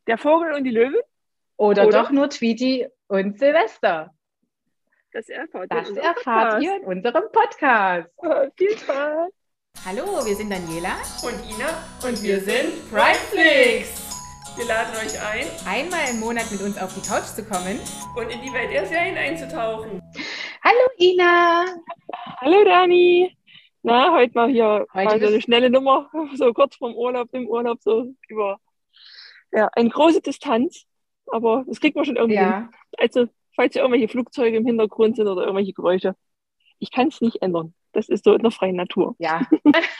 Der Vogel und die Löwin? Oder doch nur Tweety und Silvester? Das erfahrt ihr in unserem Podcast. Viel Spaß! Hallo, wir sind Daniela und Ina und wir sind Primeflix. Wir laden euch ein, einmal im Monat mit uns auf die Couch zu kommen und in die Welt der Serien einzutauchen. Hallo Ina! Hallo Dani! Na, heute mal hier mal so eine schnelle Nummer, so kurz vorm Urlaub, im Urlaub, so über eine große Distanz. Aber das kriegt man schon irgendwie hin. Also, falls hier irgendwelche Flugzeuge im Hintergrund sind oder irgendwelche Geräusche, ich kann es nicht ändern. Das ist so in der freien Natur. Ja.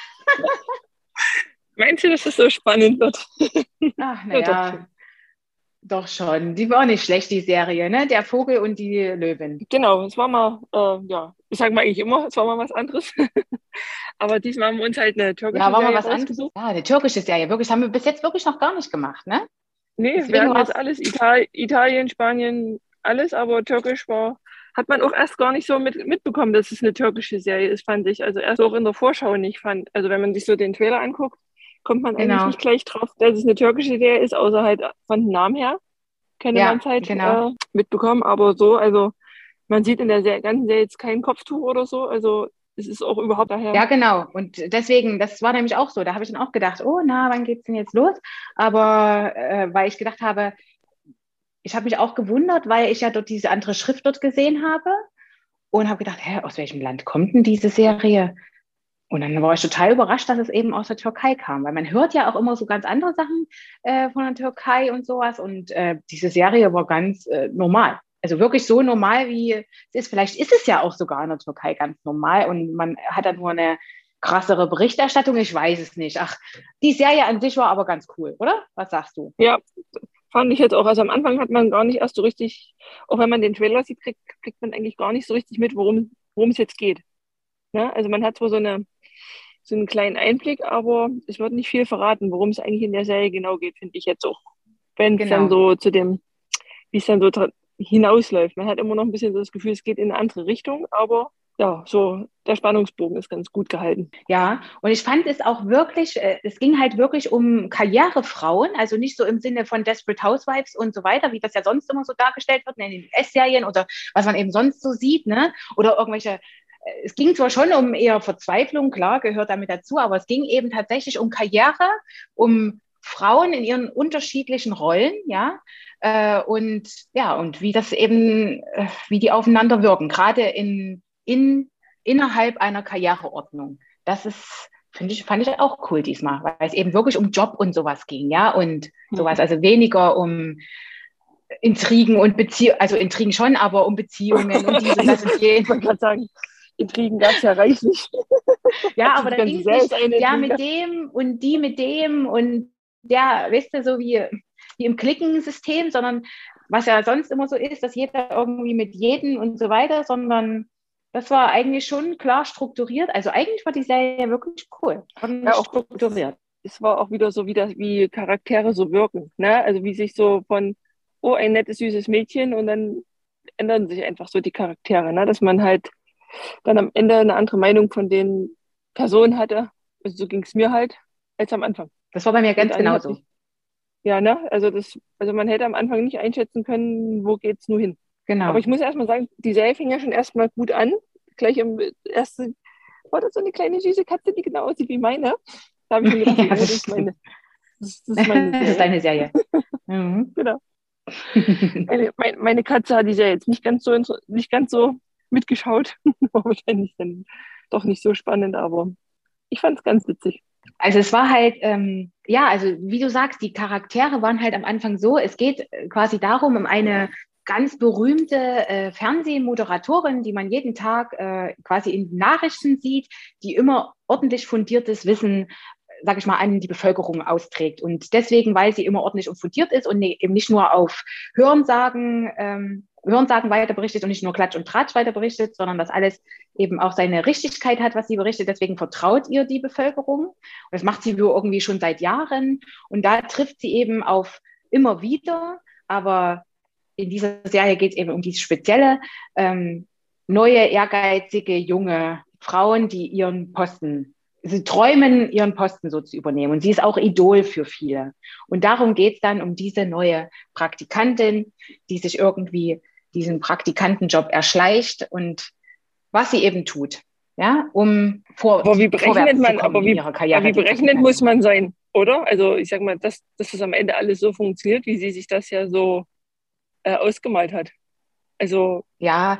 Meinst du, dass das so spannend wird? Ach, naja, doch schon. Die war nicht schlecht, die Serie, ne? Der Vogel und die Löwin. Genau, es war mal, ich sage mal eigentlich immer, es war mal was anderes. Aber diesmal haben wir uns halt eine türkische Serie mal was anderes. Ja, eine türkische Serie, wirklich, haben wir bis jetzt wirklich noch gar nicht gemacht, ne? Nee, wir hatten jetzt alles, Italien, Spanien, alles, aber türkisch hat man auch erst gar nicht so mitbekommen, dass es eine türkische Serie ist, fand ich. Also erst auch in der Vorschau nicht fand. Also wenn man sich so den Trailer anguckt, kommt man eigentlich nicht gleich drauf, dass es eine türkische Serie ist, außer halt von dem Namen her. Könnte man es halt mitbekommen, aber so, also man sieht in der ganzen Serie jetzt kein Kopftuch oder so, also es ist auch überhaupt daher. Ja, genau. Und deswegen, das war nämlich auch so. Da habe ich dann auch gedacht, oh, wann geht's denn jetzt los? Aber weil ich gedacht habe, ich habe mich auch gewundert, weil ich ja dort diese andere Schrift dort gesehen habe und habe gedacht, aus welchem Land kommt denn diese Serie? Und dann war ich total überrascht, dass es eben aus der Türkei kam, weil man hört ja auch immer so ganz andere Sachen von der Türkei und sowas. Und diese Serie war ganz normal. Also wirklich so normal, wie es ist. Vielleicht ist es ja auch sogar in der Türkei ganz normal und man hat dann nur eine krassere Berichterstattung. Ich weiß es nicht. Ach, die Serie an sich war aber ganz cool, oder? Was sagst du? Ja, fand ich jetzt auch. Also am Anfang hat man gar nicht erst so richtig, auch wenn man den Trailer sieht, kriegt man eigentlich gar nicht so richtig mit, worum es jetzt geht. Ja, also man hat zwar so einen kleinen Einblick, aber es wird nicht viel verraten, worum es eigentlich in der Serie genau geht, finde ich jetzt auch. Wenn es dann so wie es dann so hinausläuft. Man hat immer noch ein bisschen so das Gefühl, es geht in eine andere Richtung, aber ja, so der Spannungsbogen ist ganz gut gehalten. Ja, und ich fand es auch wirklich, es ging halt wirklich um Karrierefrauen, also nicht so im Sinne von Desperate Housewives und so weiter, wie das ja sonst immer so dargestellt wird in den US-Serien oder was man eben sonst so sieht, ne? Oder irgendwelche, es ging zwar schon um eher Verzweiflung, klar, gehört damit dazu, aber es ging eben tatsächlich um Karriere, um Frauen in ihren unterschiedlichen Rollen, und wie das eben, wie die aufeinander wirken, gerade innerhalb einer Karriereordnung. Das ist, fand ich auch cool diesmal, weil es eben wirklich um Job und sowas ging, und sowas, also weniger um Intrigen und Beziehungen, also Intrigen schon, aber um Beziehungen und diese, das und jene. Ich wollte gerade sagen, Intrigen gab es ja reichlich. Ja, aber da ging es nicht, mit dem und die mit dem und weißt du, so wie im Klickensystem, sondern was ja sonst immer so ist, dass jeder irgendwie mit jedem und so weiter, sondern das war eigentlich schon klar strukturiert. Also eigentlich war die Serie wirklich cool. Auch strukturiert. Es war auch wieder so, wie Charaktere so wirken. Ne? Also wie sich so von, ein nettes, süßes Mädchen und dann ändern sich einfach so die Charaktere. Ne? Dass man halt dann am Ende eine andere Meinung von den Personen hatte. Also so ging es mir halt als am Anfang. Das war bei mir ganz genauso. Ja, ne? Also man hätte am Anfang nicht einschätzen können, wo geht's nur hin. Genau. Aber ich muss erstmal sagen, die Serie fing ja schon erstmal gut an. Gleich im ersten war das so eine kleine süße Katze, die genau aussieht wie meine. Da habe ich mir gedacht, das ist meine Serie. Das ist deine Serie. Mhm. Genau. Meine Katze hat die Serie jetzt nicht ganz so mitgeschaut. War wahrscheinlich dann doch nicht so spannend, aber ich fand es ganz witzig. Also es war halt, also wie du sagst, die Charaktere waren halt am Anfang so, es geht quasi darum, um eine ganz berühmte Fernsehmoderatorin, die man jeden Tag quasi in Nachrichten sieht, die immer ordentlich fundiertes Wissen, sag ich mal, an die Bevölkerung austrägt. Und deswegen, weil sie immer ordentlich und fundiert ist und eben nicht nur auf Hörensagen weiter berichtet und nicht nur Klatsch und Tratsch weiter berichtet, sondern dass alles eben auch seine Richtigkeit hat, was sie berichtet. Deswegen vertraut ihr die Bevölkerung. Und das macht sie irgendwie schon seit Jahren. Und da trifft sie eben auf immer wieder, aber in dieser Serie geht es eben um dieses spezielle, neue, ehrgeizige, junge Frauen, die ihren Posten sie träumen, ihren Posten so zu übernehmen. Und sie ist auch Idol für viele. Und darum geht es dann um diese neue Praktikantin, die sich irgendwie diesen Praktikantenjob erschleicht und was sie eben tut, ja, um Aber wie berechnet vorwärts zu man, kommen in ihrer Karriere. aber wie berechnet muss man sein, oder? Also ich sag mal, dass das am Ende alles so funktioniert, wie sie sich das ja so ausgemalt hat. Also, Ja,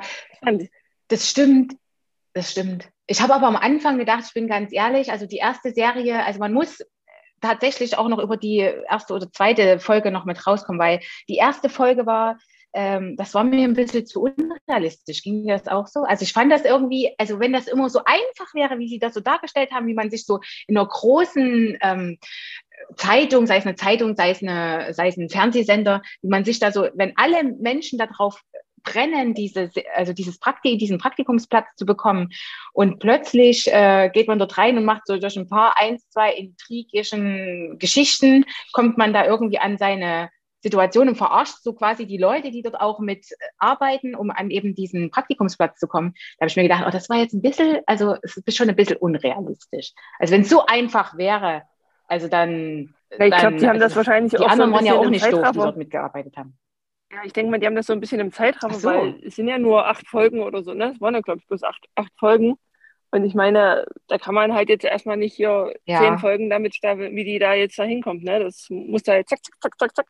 das stimmt. Das stimmt. Ich habe aber am Anfang gedacht, ich bin ganz ehrlich, also die erste Serie, also man muss tatsächlich auch noch über die erste oder zweite Folge noch mit rauskommen, weil die erste Folge war, das war mir ein bisschen zu unrealistisch. Ging dir das auch so? Also ich fand das irgendwie, also wenn das immer so einfach wäre, wie sie das so dargestellt haben, wie man sich so in einer großen Zeitung, sei es eine Zeitung, sei es ein Fernsehsender, wie man sich da so, wenn alle Menschen darauf brennen, diesen Praktikumsplatz zu bekommen. Und plötzlich geht man dort rein und macht so durch ein paar, zwei intrigischen Geschichten, kommt man da irgendwie an seine Situation und verarscht so quasi die Leute, die dort auch mit arbeiten, um an eben diesen Praktikumsplatz zu kommen. Da habe ich mir gedacht, oh, das war jetzt ein bisschen, also es ist schon ein bisschen unrealistisch. Also wenn es so einfach wäre, also dann... Ja, ich glaube, die haben das wahrscheinlich die auch so anderen ein waren ja bisschen auch im nicht doof, die Zeitraffer. dort mitgearbeitet haben. Ja, ich denke mal, die haben das so ein bisschen im Zeitraffer, Ach so. weil es sind ja nur 8 Folgen oder so, ne? Es waren ja, glaube ich, bloß acht Folgen. Und ich meine, da kann man halt jetzt erstmal nicht hier Ja. 10 Folgen damit, wie die da jetzt da hinkommt, ne? Das muss da jetzt zack, zack, zack, zack, zack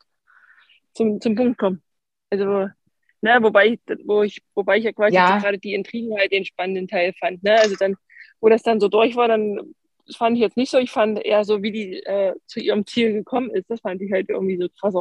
zum Punkt kommen. Also, ne, wobei ich ja quasi Ja. gerade die Intrigen halt den spannenden Teil fand, ne? Also dann, wo das dann so durch war, dann das fand ich jetzt nicht so. Ich fand eher so, wie die zu ihrem Ziel gekommen ist, das fand ich halt irgendwie so krasser.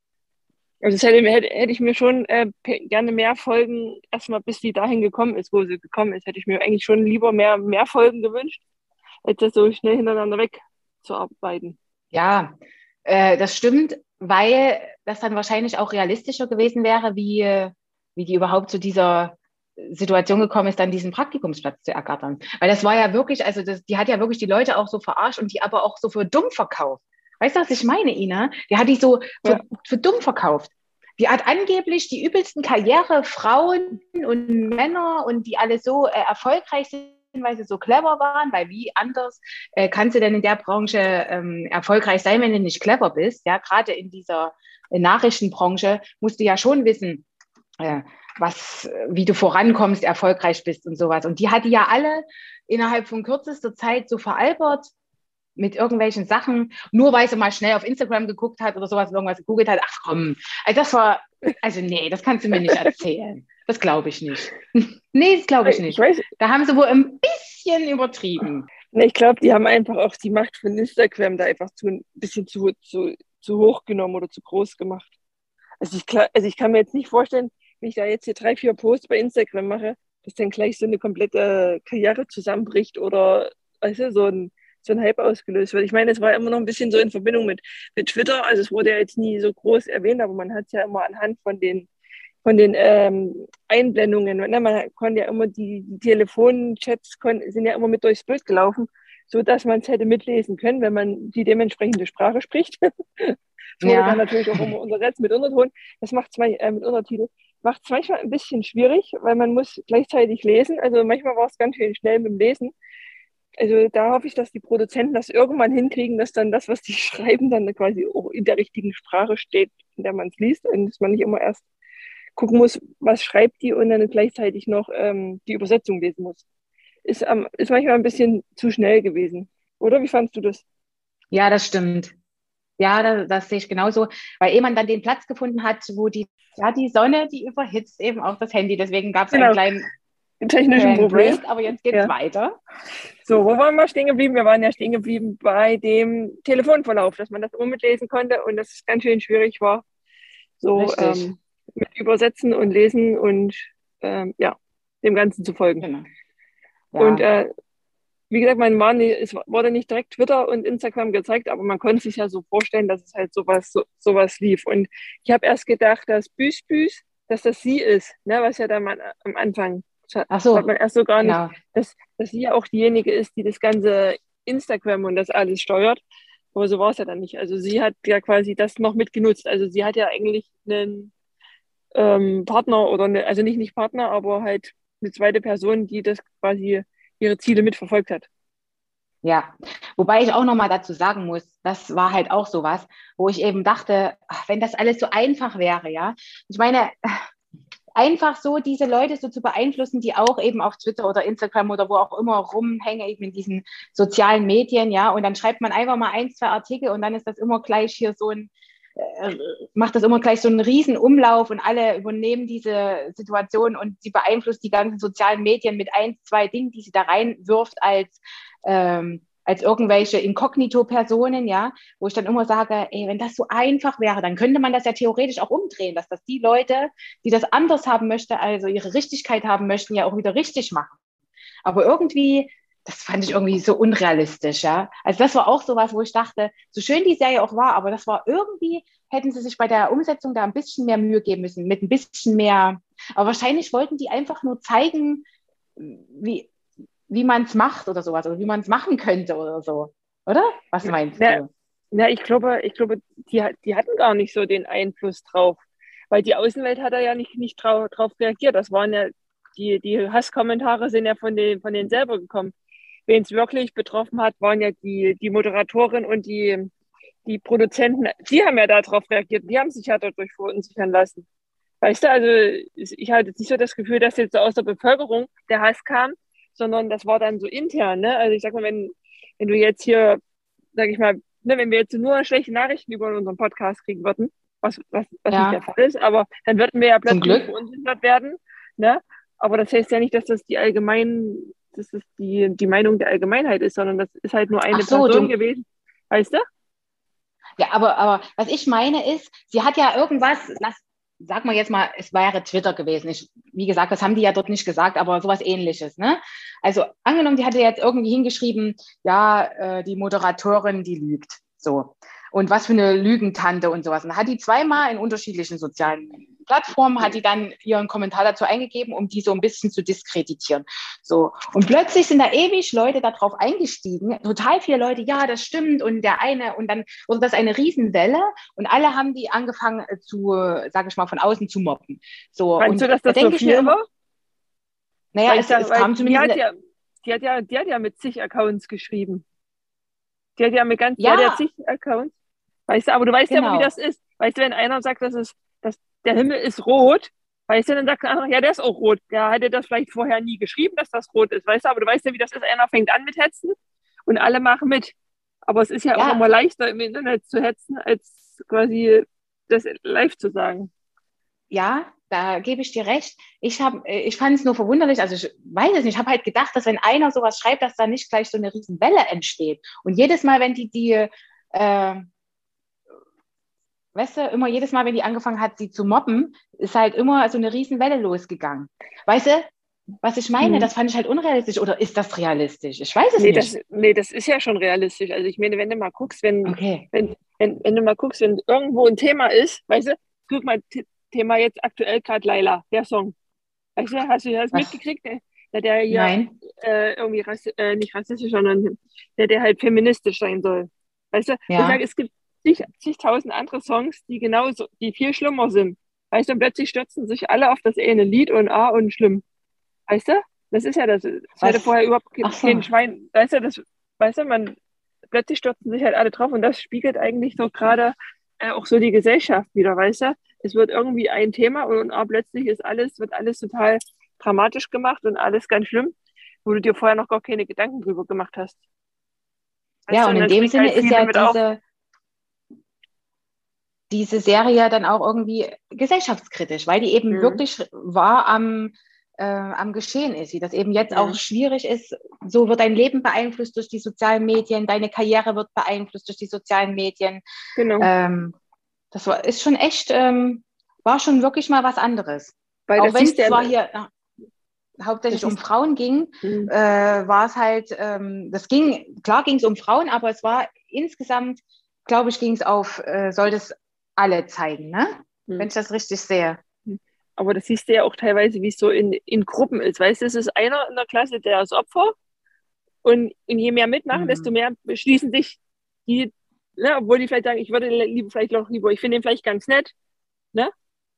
Also das hätte ich mir schon gerne mehr Folgen, erstmal bis die dahin gekommen ist, wo sie gekommen ist, hätte ich mir eigentlich schon lieber mehr Folgen gewünscht, als das so schnell hintereinander wegzuarbeiten. Ja, das stimmt, weil das dann wahrscheinlich auch realistischer gewesen wäre, wie die überhaupt zu dieser Situation gekommen ist, dann diesen Praktikumsplatz zu ergattern. Weil das war ja wirklich, also die hat ja wirklich die Leute auch so verarscht und die aber auch so für dumm verkauft. Weißt du, was ich meine, Ina? Die hat die so für dumm verkauft. Die hat angeblich die übelsten Karrierefrauen und Männer und die alle so erfolgreich sind, weil sie so clever waren, weil wie anders kannst du denn in der Branche erfolgreich sein, wenn du nicht clever bist? Ja, gerade in dieser Nachrichtenbranche musst du ja schon wissen, wie du vorankommst, erfolgreich bist und sowas. Und die hat die ja alle innerhalb von kürzester Zeit so veralbert mit irgendwelchen Sachen, nur weil sie mal schnell auf Instagram geguckt hat oder sowas, irgendwas gegoogelt hat. Ach komm, nee, das kannst du mir nicht erzählen. Das glaube ich nicht. Nee, das glaube ich nicht. Da haben sie wohl ein bisschen übertrieben. Nee, ich glaube, die haben einfach auch die Macht von Instagram da einfach ein bisschen zu hoch genommen oder zu groß gemacht. Also ich kann mir jetzt nicht vorstellen, wenn ich da jetzt hier 3, 4 Posts bei Instagram mache, dass dann gleich so eine komplette Karriere zusammenbricht oder weißt du, so ein Hype ausgelöst wird. Ich meine, es war immer noch ein bisschen so in Verbindung mit Twitter, also es wurde ja jetzt nie so groß erwähnt, aber man hat es ja immer anhand von den Einblendungen, ne? Man konnte ja immer die Telefonchats sind ja immer mit durchs Bild gelaufen, so dass man es hätte mitlesen können, wenn man die dementsprechende Sprache spricht. Es wurde dann natürlich auch immer untersetzt mit Unterton. Das macht es mit Untertitel. Macht es manchmal ein bisschen schwierig, weil man muss gleichzeitig lesen. Also manchmal war es ganz schön schnell mit dem Lesen. Also da hoffe ich, dass die Produzenten das irgendwann hinkriegen, dass dann das, was die schreiben, dann quasi auch in der richtigen Sprache steht, in der man es liest. Und dass man nicht immer erst gucken muss, was schreibt die und dann gleichzeitig noch die Übersetzung lesen muss. Ist manchmal ein bisschen zu schnell gewesen. Oder wie fandst du das? Ja, das stimmt. Ja, das sehe ich genauso. Weil man dann den Platz gefunden hat, wo die Sonne, die überhitzt eben auch das Handy. Deswegen gab es einen kleinen technischen Problem. Break, aber jetzt geht es weiter. So, wo waren wir stehen geblieben? Wir waren ja stehen geblieben bei dem Telefonverlauf, dass man das immer mitlesen konnte und dass es ganz schön schwierig war, so mit Übersetzen und Lesen und dem Ganzen zu folgen. Genau. Ja. Und wie gesagt, es wurde nicht direkt Twitter und Instagram gezeigt, aber man konnte sich ja so vorstellen, dass es halt sowas lief. Und ich habe erst gedacht, dass Büs, dass das sie ist, ne, was ja dann am Anfang hat man erst so gar nicht, dass sie ja auch diejenige ist, die das ganze Instagram und das alles steuert. Aber so war es ja dann nicht. Also sie hat ja quasi das noch mitgenutzt. Also sie hat ja eigentlich einen Partner oder also nicht Partner, aber halt eine zweite Person, die das quasi ihre Ziele mitverfolgt hat. Ja, wobei ich auch nochmal dazu sagen muss, das war halt auch sowas, wo ich eben dachte, ach, wenn das alles so einfach wäre, ja. Ich meine, einfach so diese Leute so zu beeinflussen, die auch eben auf Twitter oder Instagram oder wo auch immer rumhängen, eben in diesen sozialen Medien, ja. Und dann schreibt man einfach mal ein, zwei Artikel und dann ist das immer gleich hier so ein, äh, macht das immer gleich so einen riesen Umlauf und alle übernehmen diese Situation und sie beeinflusst die ganzen sozialen Medien mit ein, zwei Dingen, die sie da reinwirft als irgendwelche Inkognito-Personen, ja, wo ich dann immer sage, ey, wenn das so einfach wäre, dann könnte man das ja theoretisch auch umdrehen, dass das die Leute, die das anders haben möchten, also ihre Richtigkeit haben möchten, ja auch wieder richtig machen. Aber irgendwie, das fand ich irgendwie so unrealistisch, ja. Also das war auch sowas, wo ich dachte, so schön die Serie auch war, aber das war irgendwie, hätten sie sich bei der Umsetzung da ein bisschen mehr Mühe geben müssen, mit ein bisschen mehr, aber wahrscheinlich wollten die einfach nur zeigen, wie man es macht oder sowas, oder wie man es machen könnte oder so. Oder? Was meinst Ja, du? ja, ich glaube, die hatten gar nicht so den Einfluss drauf. Weil die Außenwelt hat da ja nicht drauf reagiert. Das waren ja, die Hasskommentare sind ja von denen selber gekommen. Wen es wirklich betroffen hat, waren ja die Moderatorin und die Produzenten. Die haben ja darauf reagiert. Die haben sich ja dadurch verunsichern lassen. Weißt du, also ich hatte jetzt nicht so das Gefühl, dass jetzt so aus der Bevölkerung der Hass kam, sondern das war dann so intern. Ne? Also ich sag mal, wenn du jetzt hier, sag ich mal, ne, wenn wir jetzt nur schlechte Nachrichten über unseren Podcast kriegen würden, was nicht der Ja, Fall ist, aber dann würden wir ja zum plötzlich Glück. verunsichert werden. Ne? Aber das heißt ja nicht, dass das die Meinung der Allgemeinheit ist, sondern das ist halt nur Ach eine so, Person du, gewesen. Weißt du? ja, aber was ich meine ist, sie hat ja irgendwas, sag mal jetzt mal, es wäre Twitter gewesen. Wie gesagt, das haben die ja dort nicht gesagt, aber sowas Ähnliches, ne? Also angenommen, die hatte jetzt irgendwie hingeschrieben, ja, die Moderatorin, die lügt. So. Und was für eine Lügentante und sowas. Und da hat die zweimal in unterschiedlichen sozialen Plattformen, hat die dann ihren Kommentar dazu eingegeben, um die so ein bisschen zu diskreditieren. So. Und plötzlich sind da ewig Leute darauf eingestiegen, total viele Leute, ja, das stimmt und der eine, und dann wurde das eine Riesenwelle und alle haben die angefangen sage ich mal, von außen zu mobben. So. Meinst du, Und dass da das so denke ich mir viel immer, war? naja, Weil ich sage, es weil kam die zumindest, hat ja, die hat ja mit zig Accounts geschrieben. Die hat ja ja, zig Accounts. Weißt du, aber du weißt ja, aber wie das genau. ist. Weißt du, wenn einer sagt, dass der Himmel ist rot, weißt du, dann sagt der andere, ja, der ist auch rot. Der hätte das vielleicht vorher nie geschrieben, dass das rot ist, weißt du, aber du weißt ja, wie das ist. Einer fängt an mit Hetzen und alle machen mit. Aber es ist ja auch Ja, immer leichter im Internet zu hetzen, als quasi das live zu sagen. ja, da gebe ich dir recht. Ich fand es nur verwunderlich, also ich weiß es nicht, ich habe halt gedacht, dass wenn einer sowas schreibt, dass da nicht gleich so eine Riesenwelle entsteht. Und jedes Mal, wenn weißt du, immer jedes Mal, wenn die angefangen hat, sie zu mobben, ist halt immer so eine Riesenwelle losgegangen. Weißt du, was ich meine? Hm. Das fand ich halt unrealistisch. Oder ist das realistisch? Ich weiß es Nee, nicht. nee, das ist ja schon realistisch. Also ich meine, wenn du mal guckst, Okay. wenn du mal guckst, wenn irgendwo ein Thema ist, weißt du, guck mal, Thema jetzt aktuell gerade Laila, der Song. Weißt du, hast du Was? mitgekriegt, der hier Nein? irgendwie nicht rassistisch, sondern der halt feministisch sein soll. Weißt du, ich sage, Ja. es gibt zigtausend andere Songs, die viel schlimmer sind. Weißt du, und plötzlich stürzen sich alle auf das eine Lied und schlimm. Weißt du? Das ist ja das. Es hätte Was? vorher überhaupt Ach kein so. Schwein. Weißt du, plötzlich stürzen sich halt alle drauf und das spiegelt eigentlich so gerade auch so die Gesellschaft wieder, weißt du? Es wird irgendwie ein Thema und plötzlich wird alles total dramatisch gemacht und alles ganz schlimm, wo du dir vorher noch gar keine Gedanken drüber gemacht hast. Weißt Ja, du, und und in dann dem springen Sinne halt ist viele ja mit auf. diese Serie dann auch irgendwie gesellschaftskritisch, weil die eben Hm, wirklich wahr am Geschehen ist, wie das eben jetzt auch hm, schwierig ist. So wird dein Leben beeinflusst durch die sozialen Medien, deine Karriere wird beeinflusst durch die sozialen Medien. genau. Ähm, ist schon echt, war schon wirklich mal was anderes. Weil Auch das wenn siehst du es ja, zwar hier das hauptsächlich um siehst, Frauen ging, hm, war es halt, klar ging es um Frauen, aber es war insgesamt, glaube ich, ging es soll das alle zeigen, ne? hm. Wenn ich das richtig sehe. Aber das siehst du ja auch teilweise, wie es so in Gruppen ist. Weißt du, es ist einer in der Klasse, der ist Opfer und je mehr mitmachen, desto Hm. mehr beschließen sich die, ne, obwohl die vielleicht sagen, ich würde lieber vielleicht auch lieber, ich finde den vielleicht ganz nett, ne?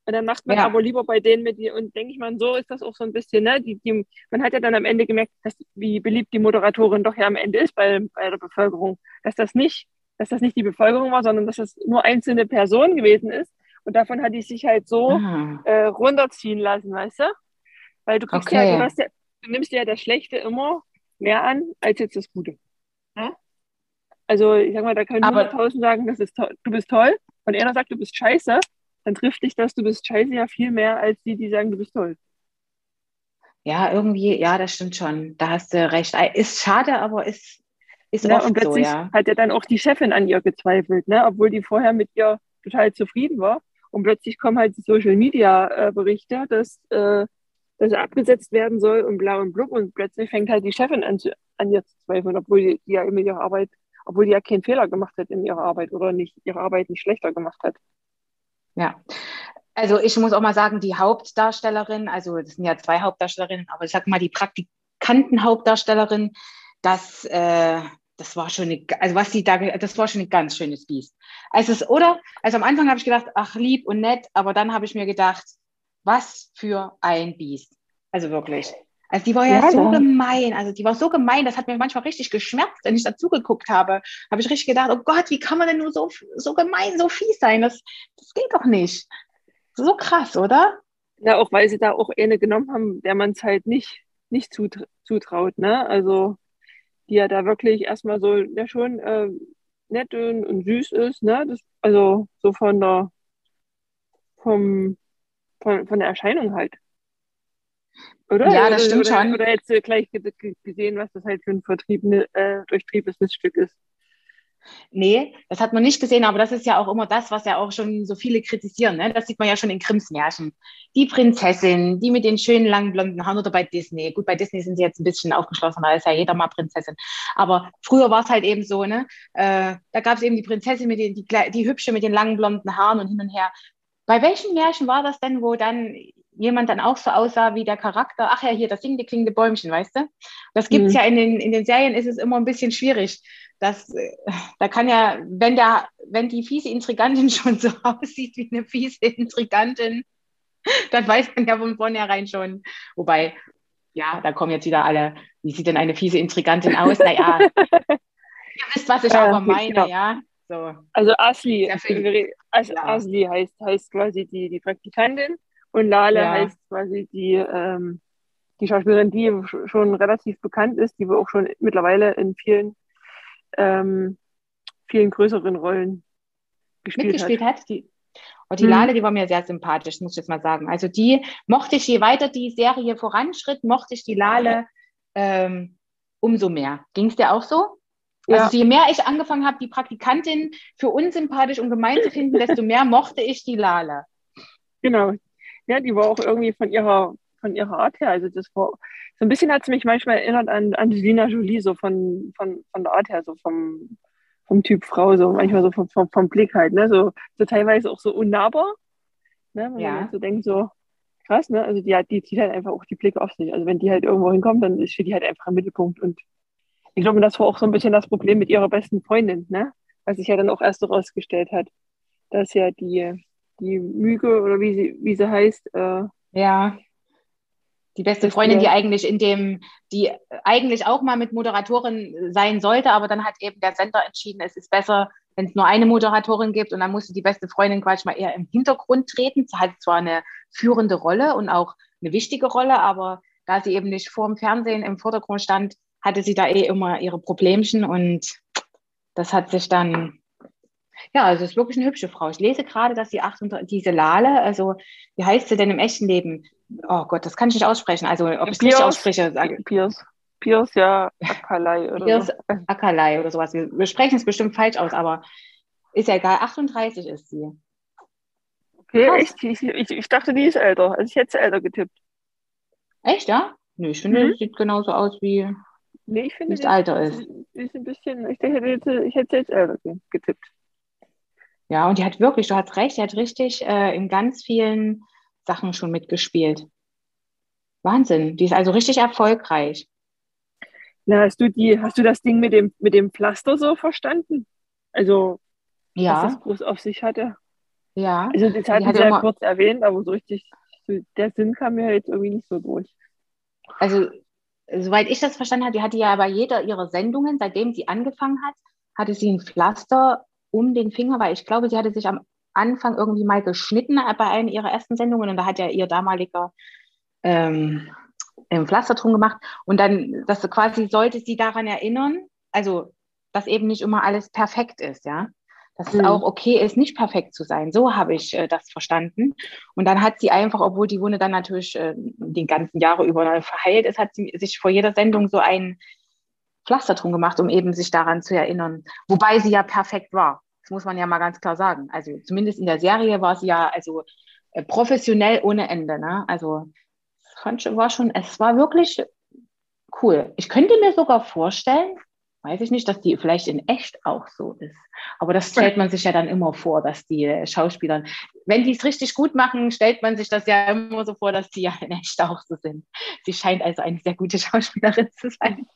Und dann macht man Ja. aber lieber bei denen mit die, und denke ich mal, so ist das auch so ein bisschen, ne? Man hat ja dann am Ende gemerkt, wie beliebt die Moderatorin doch ja am Ende ist bei der Bevölkerung, dass das nicht die Bevölkerung war, sondern dass das nur einzelne Personen gewesen ist. Und davon hat die sich halt so runterziehen lassen, weißt du? Weil du kriegst ja, Okay. du nimmst ja das Schlechte immer mehr an, als jetzt das Gute. Ja? Also ich sag mal, da können Aber 100.000 sagen, du bist toll. Und einer sagt, du bist scheiße, dann trifft dich das, du bist scheiße ja viel mehr, als die sagen, du bist toll. ja, irgendwie, ja, das stimmt schon. Da hast du recht. Ist schade, aber ist Ne? Und oft so, plötzlich ja. hat ja dann auch die Chefin an ihr gezweifelt, ne? Obwohl die vorher mit ihr total zufrieden war. Und plötzlich kommen halt die Social Media Berichte, dass er abgesetzt werden soll und bla und blub. Und plötzlich fängt halt die Chefin an ihr zu zweifeln, die ja immer ihre Arbeit, obwohl die ja keinen Fehler gemacht hat in ihrer Arbeit oder nicht ihre Arbeit nicht schlechter gemacht hat. Ja. Also ich muss auch mal sagen, die Hauptdarstellerin, also das sind ja zwei Hauptdarstellerinnen, aber ich sag mal, die Praktikanten-Hauptdarstellerin, das war schon also was sie da, das war schon ein ganz schönes Biest. Also am Anfang habe ich gedacht, ach lieb und nett, aber dann habe ich mir gedacht, was für ein Biest. Also wirklich. Also die war ja Ja, so gemein, also die war so gemein, das hat mir manchmal richtig geschmerzt, wenn ich dazu geguckt habe. Habe ich richtig gedacht, oh Gott, wie kann man denn nur so gemein, so fies sein? Das geht doch nicht. So krass, oder? ja, auch weil sie da auch eine genommen haben, der man es halt nicht zutraut, ne? Also die ja da wirklich erstmal so, ja schon nett und süß ist, ne? Also so vom, von der Erscheinung halt. Oder? Ja, das stimmt Oder schon. hättest du gleich gesehen, was das halt für ein durchtriebenes Miststück ist. Nee, das hat man nicht gesehen, aber das ist ja auch immer das, was ja auch schon so viele kritisieren. Ne? Das sieht man ja schon in Grimms Märchen. Die Prinzessin, die mit den schönen langen blonden Haaren oder bei Disney. Gut, bei Disney sind sie jetzt ein bisschen aufgeschlossener, da ist ja jeder mal Prinzessin. Aber früher war es halt eben so, ne? Da gab es eben die Prinzessin die hübsche mit den langen blonden Haaren und hin und her. Bei welchen Märchen war das denn, wo dann jemand dann auch so aussah wie der Charakter? Ach ja, hier, das singende, klingende Bäumchen, weißt du? Das gibt's Hm. ja in den Serien, ist es immer ein bisschen schwierig. Da kann ja, wenn die fiese Intrigantin schon so aussieht wie eine fiese Intrigantin, dann weiß man ja von vornherein schon. Wobei, ja, da kommen jetzt wieder alle, wie sieht denn eine fiese Intrigantin aus? Naja, ihr wisst, was ich aber meine, Genau. ja. So, Also Asli, ja, ja, Asli heißt quasi die Praktikantin und Lale ja, heißt quasi die Schauspielerin, die schon relativ bekannt ist, die wir auch schon mittlerweile in ähm, vielen größeren Rollen gespielt hat. mitgespielt hat. Die Hm. Lale, die war mir sehr sympathisch, muss ich jetzt mal sagen. Also die mochte ich, je weiter die Serie voranschritt, mochte ich die Lale umso mehr. Ging es dir auch so? Also Ja, je mehr ich angefangen habe, die Praktikantin für unsympathisch und gemein zu finden, desto mehr mochte ich die Lale. genau. Ja, die war auch irgendwie von ihrer Art her. Also das war so ein bisschen hat es mich manchmal erinnert an Angelina Jolie, so von der Art her, so vom Typ Frau, so manchmal so vom Blick halt, ne? So teilweise auch so unnahbar, ne? Wo man dann Ja, so denkt, so krass, ne? Also die zieht halt einfach auch die Blicke auf sich. Also wenn die halt irgendwo hinkommt, dann steht die halt einfach im Mittelpunkt. Und ich glaube, das war auch so ein bisschen das Problem mit ihrer besten Freundin, ne? Was sich ja dann auch erst so rausgestellt hat, dass ja die Müge oder wie sie heißt, ja. Die beste dass die Freundin, ja, die eigentlich auch mal mit Moderatorin sein sollte, aber dann hat eben der Sender entschieden, es ist besser, wenn es nur eine Moderatorin gibt und dann musste die beste Freundin quasi mal eher im Hintergrund treten. Sie hat zwar eine führende Rolle und auch eine wichtige Rolle, aber da sie eben nicht vor dem Fernsehen im Vordergrund stand, hatte sie da immer ihre Problemchen und das hat sich dann, ja, also es ist wirklich eine hübsche Frau. Ich lese gerade, dass diese Lale, also wie heißt sie denn im echten Leben? Oh Gott, das kann ich nicht aussprechen. Also ob ich es richtig Piers, ausspreche, sage Piers, ja, Akalai oder Piers so. Akalai oder sowas. Wir sprechen es bestimmt falsch aus, aber ist ja egal. 38 ist sie. Okay, Krass. echt? Ich dachte, die ist älter. Also ich hätte sie älter getippt. Echt, ja? Nö, ich finde, Mhm. sie sieht genauso aus, Nee, ich wie finde, das Alter ist. die ist ein bisschen, ich hätte sie jetzt älter getippt. Ja, und du hast recht, die hat richtig in ganz vielen Sachen schon mitgespielt. Wahnsinn. Die ist also richtig erfolgreich. Na, hast du das Ding mit dem Pflaster so verstanden? Also, was das Ja, groß auf sich hatte? Ja, Also das die hatten hatte sie ja immer, kurz erwähnt, aber so richtig, so der Sinn kam mir jetzt irgendwie nicht so durch. also soweit ich das verstanden habe, die hatte ja bei jeder ihrer Sendungen, seitdem sie angefangen hat, hatte sie ein Pflaster um den Finger, weil ich glaube, sie hatte sich am Anfang irgendwie mal geschnitten bei einer ihrer ersten Sendungen und da hat ja ihr damaliger ähm, ein Pflaster drum gemacht und dann, das quasi sollte sie daran erinnern, also dass eben nicht immer alles perfekt ist, ja. Dass es auch Hm. okay ist, nicht perfekt zu sein. So habe ich das verstanden. Und dann hat sie einfach, obwohl die Wunde dann natürlich die ganzen Jahre über verheilt ist, hat sie sich vor jeder Sendung so ein Pflaster drum gemacht, um eben sich daran zu erinnern. Wobei sie ja perfekt war. Das muss man ja mal ganz klar sagen. Also zumindest in der Serie war sie ja also professionell ohne Ende. Ne? Also es war wirklich cool. Ich könnte mir sogar vorstellen, weiß ich nicht, dass die vielleicht in echt auch so ist. Aber das stellt man sich ja dann immer vor, dass die Schauspieler, wenn die es richtig gut machen, stellt man sich das ja immer so vor, dass die ja in echt auch so sind. Sie scheint also eine sehr gute Schauspielerin zu sein.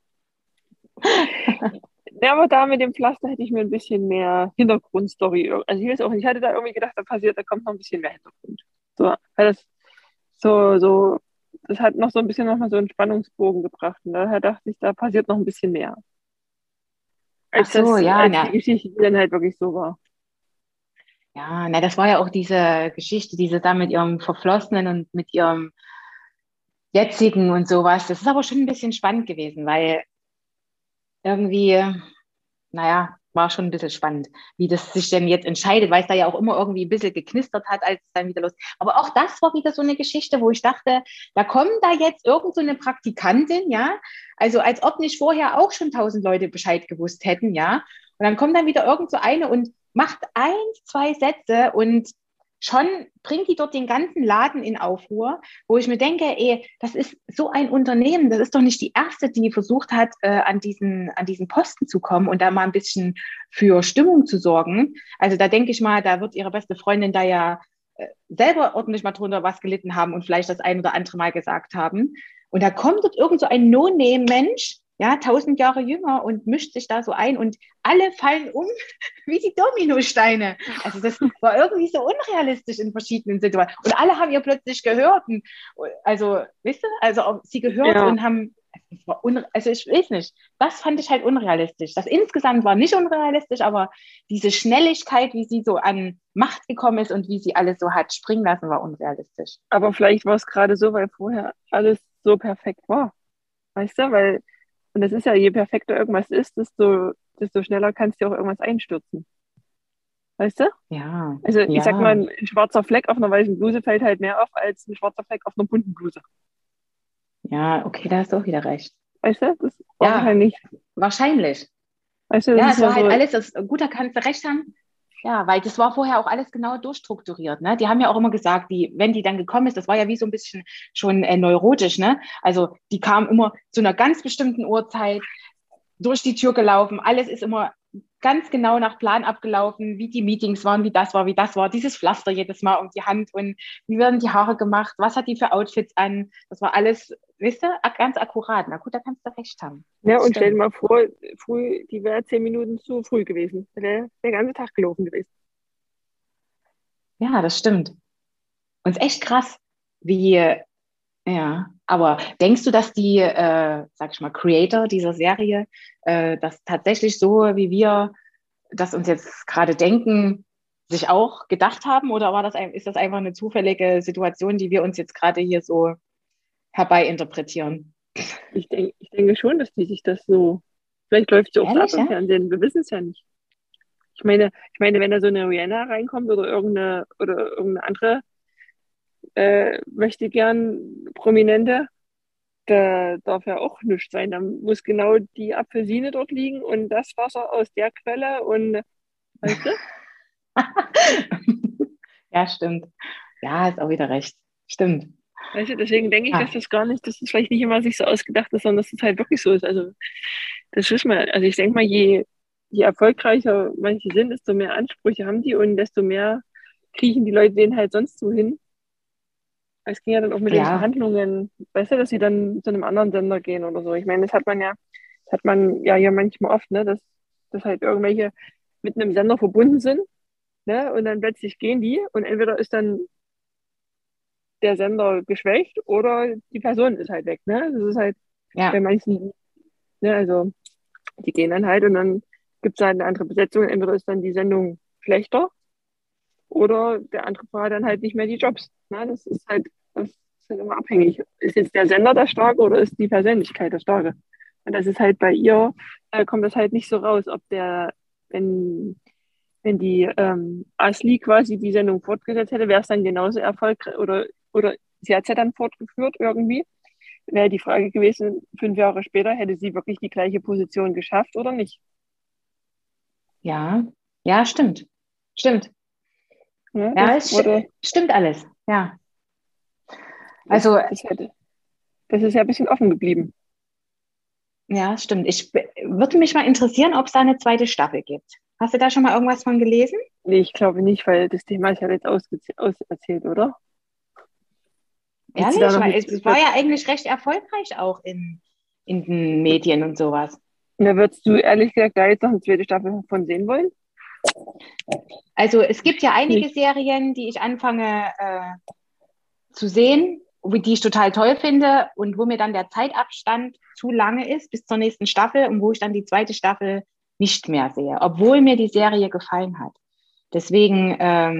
Ja, aber da mit dem Pflaster hätte ich mir ein bisschen mehr Hintergrundstory. Also ich weiß auch nicht, ich hatte da irgendwie gedacht, da kommt noch ein bisschen mehr Hintergrund. So, weil das so, das hat noch so ein bisschen nochmal so einen Spannungsbogen gebracht. Und daher dachte ich, da passiert noch ein bisschen mehr. Ach so, ja, Als die na, Geschichte, die dann halt wirklich so war. ja, na, das war ja auch diese Geschichte, diese da mit ihrem Verflossenen und mit ihrem jetzigen und sowas. Das ist aber schon ein bisschen spannend gewesen, weil irgendwie, naja, war schon ein bisschen spannend, wie das sich denn jetzt entscheidet, weil es da ja auch immer irgendwie ein bisschen geknistert hat, als es dann wieder los. Aber auch das war wieder so eine Geschichte, wo ich dachte, da kommen da jetzt irgend so eine Praktikantin, ja, also als ob nicht vorher auch schon 1000 Leute Bescheid gewusst hätten, ja. Und dann kommt dann wieder irgend so eine und macht eins, zwei Sätze und schon bringt die dort den ganzen Laden in Aufruhr, wo ich mir denke, ey, das ist so ein Unternehmen, das ist doch nicht die erste, die versucht hat, an diesen Posten zu kommen und da mal ein bisschen für Stimmung zu sorgen. Also da denke ich mal, da wird ihre beste Freundin da ja selber ordentlich mal drunter was gelitten haben und vielleicht das ein oder andere Mal gesagt haben. Und da kommt dort irgend so ein No-Name-Mensch, ja, 1000 Jahre jünger und mischt sich da so ein und alle fallen um wie die Dominosteine. Also das war irgendwie so unrealistisch in verschiedenen Situationen. Und alle haben ihr plötzlich gehört. Und, also, wisst ihr, also auch sie gehört Ja, und haben, also ich weiß nicht, das fand ich halt unrealistisch. Das insgesamt war nicht unrealistisch, aber diese Schnelligkeit, wie sie so an Macht gekommen ist und wie sie alles so hat springen lassen, war unrealistisch. aber vielleicht war es gerade so, weil vorher alles so perfekt war. Weißt du? Und das ist ja, je perfekter irgendwas ist, desto schneller kannst du auch irgendwas einstürzen. Weißt du? Ja, Also ich sag mal, ja, ein schwarzer Fleck auf einer weißen Bluse fällt halt mehr auf als ein schwarzer Fleck auf einer bunten Bluse. ja, okay, da hast du auch wieder recht. Weißt du? Das war Ja, wahrscheinlich, wahrscheinlich. weißt du, das Ja, ist es ja war halt so, alles, das, gut, da kannst du recht haben. Ja, weil das war vorher auch alles genau durchstrukturiert. Ne? Die haben ja auch immer gesagt, wenn die dann gekommen ist, das war ja wie so ein bisschen schon neurotisch. Ne? Also die kam immer zu einer ganz bestimmten Uhrzeit durch die Tür gelaufen. Alles ist immer ganz genau nach Plan abgelaufen, wie die Meetings waren, wie das war. Dieses Pflaster jedes Mal um die Hand und wie werden die Haare gemacht, was hat die für Outfits an. Das war alles, wisst ihr, ganz akkurat. Na gut, da kannst du recht haben. ja, Das und stell dir stimmt. mal vor, die wäre 10 Minuten zu früh gewesen. Wäre der ganze Tag gelaufen gewesen. Ja, das stimmt. Und es ist echt krass, wie, ja, aber denkst du, dass die, sag ich mal, Creator dieser Serie, das tatsächlich so, wie wir das uns jetzt gerade denken, sich auch gedacht haben? Oder ist das einfach eine zufällige Situation, die wir uns jetzt gerade hier so herbeiinterpretieren? Ich denke schon, dass die sich das so, vielleicht läuft es ja auch so ab Ehrlich, im ja? Fernsehen, wir wissen es ja nicht. Wenn da so eine Rihanna reinkommt oder irgendeine andere möchte gern Prominente, da darf ja auch nichts sein. Da muss genau die Apfelsine dort liegen und das Wasser aus der Quelle und weißt du? Ja, stimmt. Ja, ist auch wieder recht. Stimmt. Weißt du, deswegen denke ich, Ah, dass das vielleicht nicht immer sich so ausgedacht ist, sondern dass es halt wirklich so ist. Also das ist mal, also ich denke mal, je erfolgreicher manche sind, desto mehr Ansprüche haben die und desto mehr kriechen die Leute denen halt sonst so hin. Es ging ja dann auch mit den ja, Verhandlungen, weißt du, dass sie dann zu einem anderen Sender gehen oder so. Ich meine, das hat man ja hier manchmal oft, ne, dass halt irgendwelche mit einem Sender verbunden sind ne? Und dann plötzlich gehen die und entweder ist dann der Sender geschwächt oder die Person ist halt weg, ne? Das ist halt bei Ja, manchen, ne, also die gehen dann halt und dann gibt es halt eine andere Besetzung. Entweder ist dann die Sendung schlechter oder der andere hat dann halt nicht mehr die Jobs. Ne? Das ist halt immer abhängig. Ist jetzt der Sender der Starke oder ist die Persönlichkeit der Starke? Und das ist halt bei ihr, kommt das halt nicht so raus, ob wenn, wenn die Asli quasi die Sendung fortgesetzt hätte, wäre es dann genauso erfolgreich oder sie hat es ja dann fortgeführt irgendwie. Wäre die Frage gewesen, 5 Jahre später, hätte sie wirklich die gleiche Position geschafft oder nicht? ja, ja, stimmt. Stimmt. Ne? Ja, stimmt alles. Ja. Das, Also, das, hätte, das ist ja ein bisschen offen geblieben. ja, stimmt. Würde mich mal interessieren, ob es da eine zweite Staffel gibt. Hast du da schon mal irgendwas von gelesen? Nee, ich glaube nicht, weil das Thema ist ja jetzt auserzählt, oder? Hast du da Ehrlich? noch Weil nichts es war gehört? ja eigentlich recht erfolgreich auch in den Medien und sowas. Na, würdest du ehrlich gesagt da jetzt noch eine zweite Staffel von sehen wollen? Also es gibt ja einige Nicht. Serien, die ich anfange zu sehen, die ich total toll finde und wo mir dann der Zeitabstand zu lange ist bis zur nächsten Staffel und wo ich dann die zweite Staffel nicht mehr sehe, obwohl mir die Serie gefallen hat. Deswegen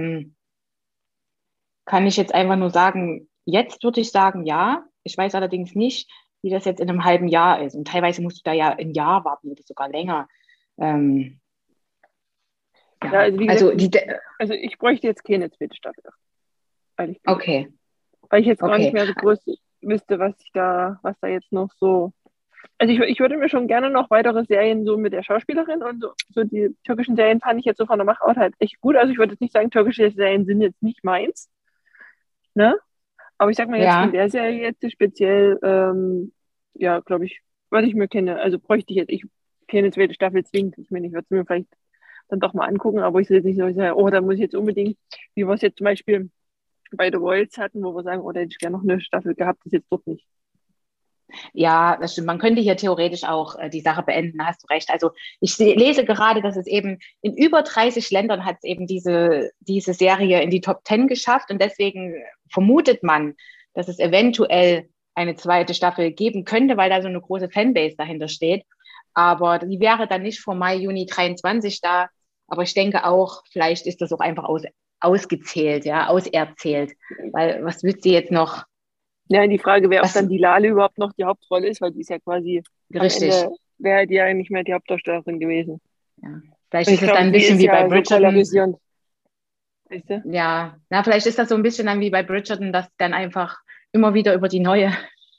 kann ich jetzt einfach nur sagen, jetzt würde ich sagen, ja. Ich weiß allerdings nicht, wie das jetzt in einem halben Jahr ist. Und teilweise musst du da ja ein Jahr warten oder sogar länger. Ähm, Ja, ja, also wie gesagt, also also ich bräuchte jetzt keine zweite Staffel, ehrlich gesagt. okay, Weil ich jetzt gar nicht okay. mehr so groß wüsste, was da jetzt noch so. Also ich würde mir schon gerne noch weitere Serien so mit der Schauspielerin und so die türkischen Serien fand ich jetzt so von der Machart halt echt gut. Also ich würde jetzt nicht sagen, türkische Serien sind jetzt nicht meins, ne? Aber ich sag mal jetzt von Ja, der Serie jetzt speziell, ja, glaube ich, was ich mir kenne, also bräuchte ich keine zweite Staffel zwingend. Ich meine, ich würde es mir vielleicht dann doch mal angucken, aber ich sehe jetzt nicht so, ich sage, oh, da muss ich jetzt unbedingt, wie wir es jetzt zum Beispiel bei The Voice hatten, wo wir sagen, oh, da hätte ich gerne noch eine Staffel gehabt, das ist jetzt dort nicht. ja, das stimmt. Man könnte hier theoretisch auch die Sache beenden, hast du recht. Also lese gerade, dass es eben in über 30 Ländern hat es eben diese Serie in die Top 10 geschafft und deswegen vermutet man, dass es eventuell eine zweite Staffel geben könnte, weil da so eine große Fanbase dahinter steht. Aber die wäre dann nicht vor Mai, Juni 23 da. Aber ich denke auch, vielleicht ist das auch einfach ausgezählt, ja, auserzählt. Weil was willst du jetzt noch? Ja, die Frage wäre, ob Was dann die Lale überhaupt noch die Hauptrolle ist, weil die ist ja quasi am richtig? Ende, wäre die ja nicht mehr die Hauptdarstellerin gewesen. Ja. Vielleicht Und ist ich es dann glaube, ein die bisschen ist wie bei ja so Bridgerton. polarisierend. Weißt du? Ja, na, vielleicht ist das so ein bisschen dann wie bei Bridgerton, dass dann einfach immer wieder über die neue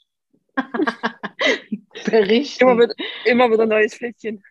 Immer berichten. wieder, immer wieder neues Flittchen.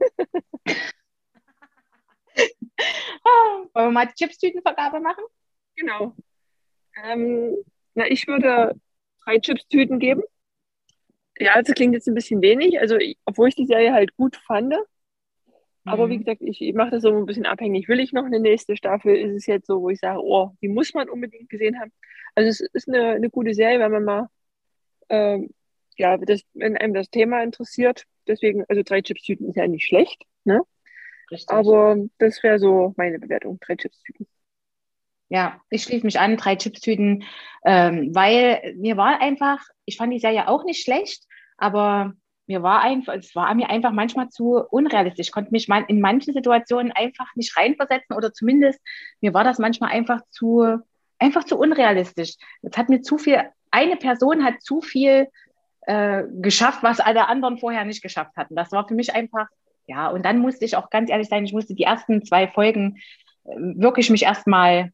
Wollen wir mal Chipstütenvergabe machen? Genau. Ähm, na, ich würde 3 Chips-Tüten geben. Ja, das klingt jetzt ein bisschen wenig, also obwohl ich die Serie halt gut fand. Aber wie Mhm. gesagt, ich mache das so ein bisschen abhängig. Will ich noch eine nächste Staffel? Ist es jetzt so, wo ich sage, oh, die muss man unbedingt gesehen haben? Also es ist eine gute Serie, wenn man mal, ähm, ja, wenn einem das Thema interessiert. Deswegen, also 3 Chips-Tüten ist ja nicht schlecht, ne? Richtig. Aber das wäre so meine Bewertung, 3 Chips-Tüten. Ja, ich schließe mich an, 3 Chipstüten, weil mir war einfach, ich fand die Serie auch nicht schlecht, aber es war mir einfach manchmal zu unrealistisch. Ich konnte mich in manchen Situationen einfach nicht reinversetzen oder zumindest mir war das manchmal einfach zu unrealistisch. Es hat mir zu viel, eine Person hat zu viel geschafft, was alle anderen vorher nicht geschafft hatten. Das war für mich einfach, ja, und dann musste ich auch ganz ehrlich sein, ich musste die ersten 2 Folgen wirklich mich erstmal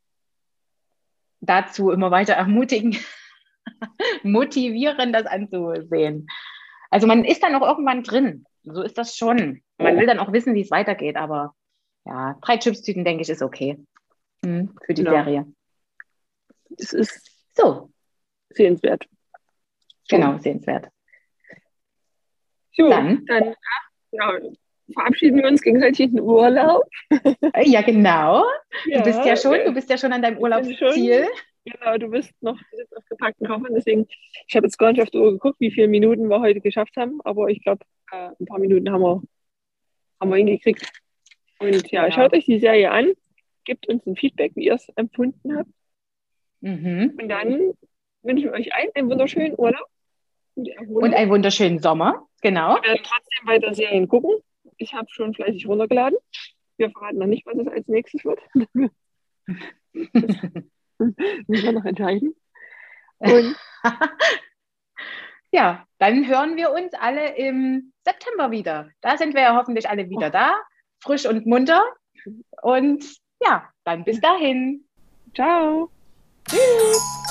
dazu immer weiter ermutigen, motivieren, das anzusehen. Also man ist dann auch irgendwann drin. So ist das schon. Man will dann auch wissen, wie es weitergeht, aber ja, 3 Chipstüten, denke ich, ist okay für die Genau. Serie. Es ist So, sehenswert. genau, Schon. sehenswert. So, Dann, dann ja, verabschieden wir uns gegenseitig in den Urlaub. ja, genau. Ja, Du bist ja schon an deinem ich bin Urlaubsziel. schon, genau, du sitzt auf gepackten Koffern, deswegen, ich habe jetzt gar nicht auf die Uhr geguckt, wie viele Minuten wir heute geschafft haben, aber ich glaube, ein paar Minuten haben wir hingekriegt. Und ja, schaut Genau. euch die Serie an. gebt uns ein Feedback, wie ihr es empfunden habt. Mhm. Und dann wünschen wir euch einen wunderschönen Urlaub. Gute Erholung. Und einen wunderschönen Sommer, genau. Wir werden trotzdem weiter Serien gucken. Ich habe schon fleißig runtergeladen. Wir verraten noch nicht, was es als nächstes wird. Müssen wir noch entscheiden. Und ja, dann hören wir uns alle im September wieder. Da sind wir ja hoffentlich alle wieder da, frisch und munter. Und ja, dann bis dahin. ciao. Tschüss.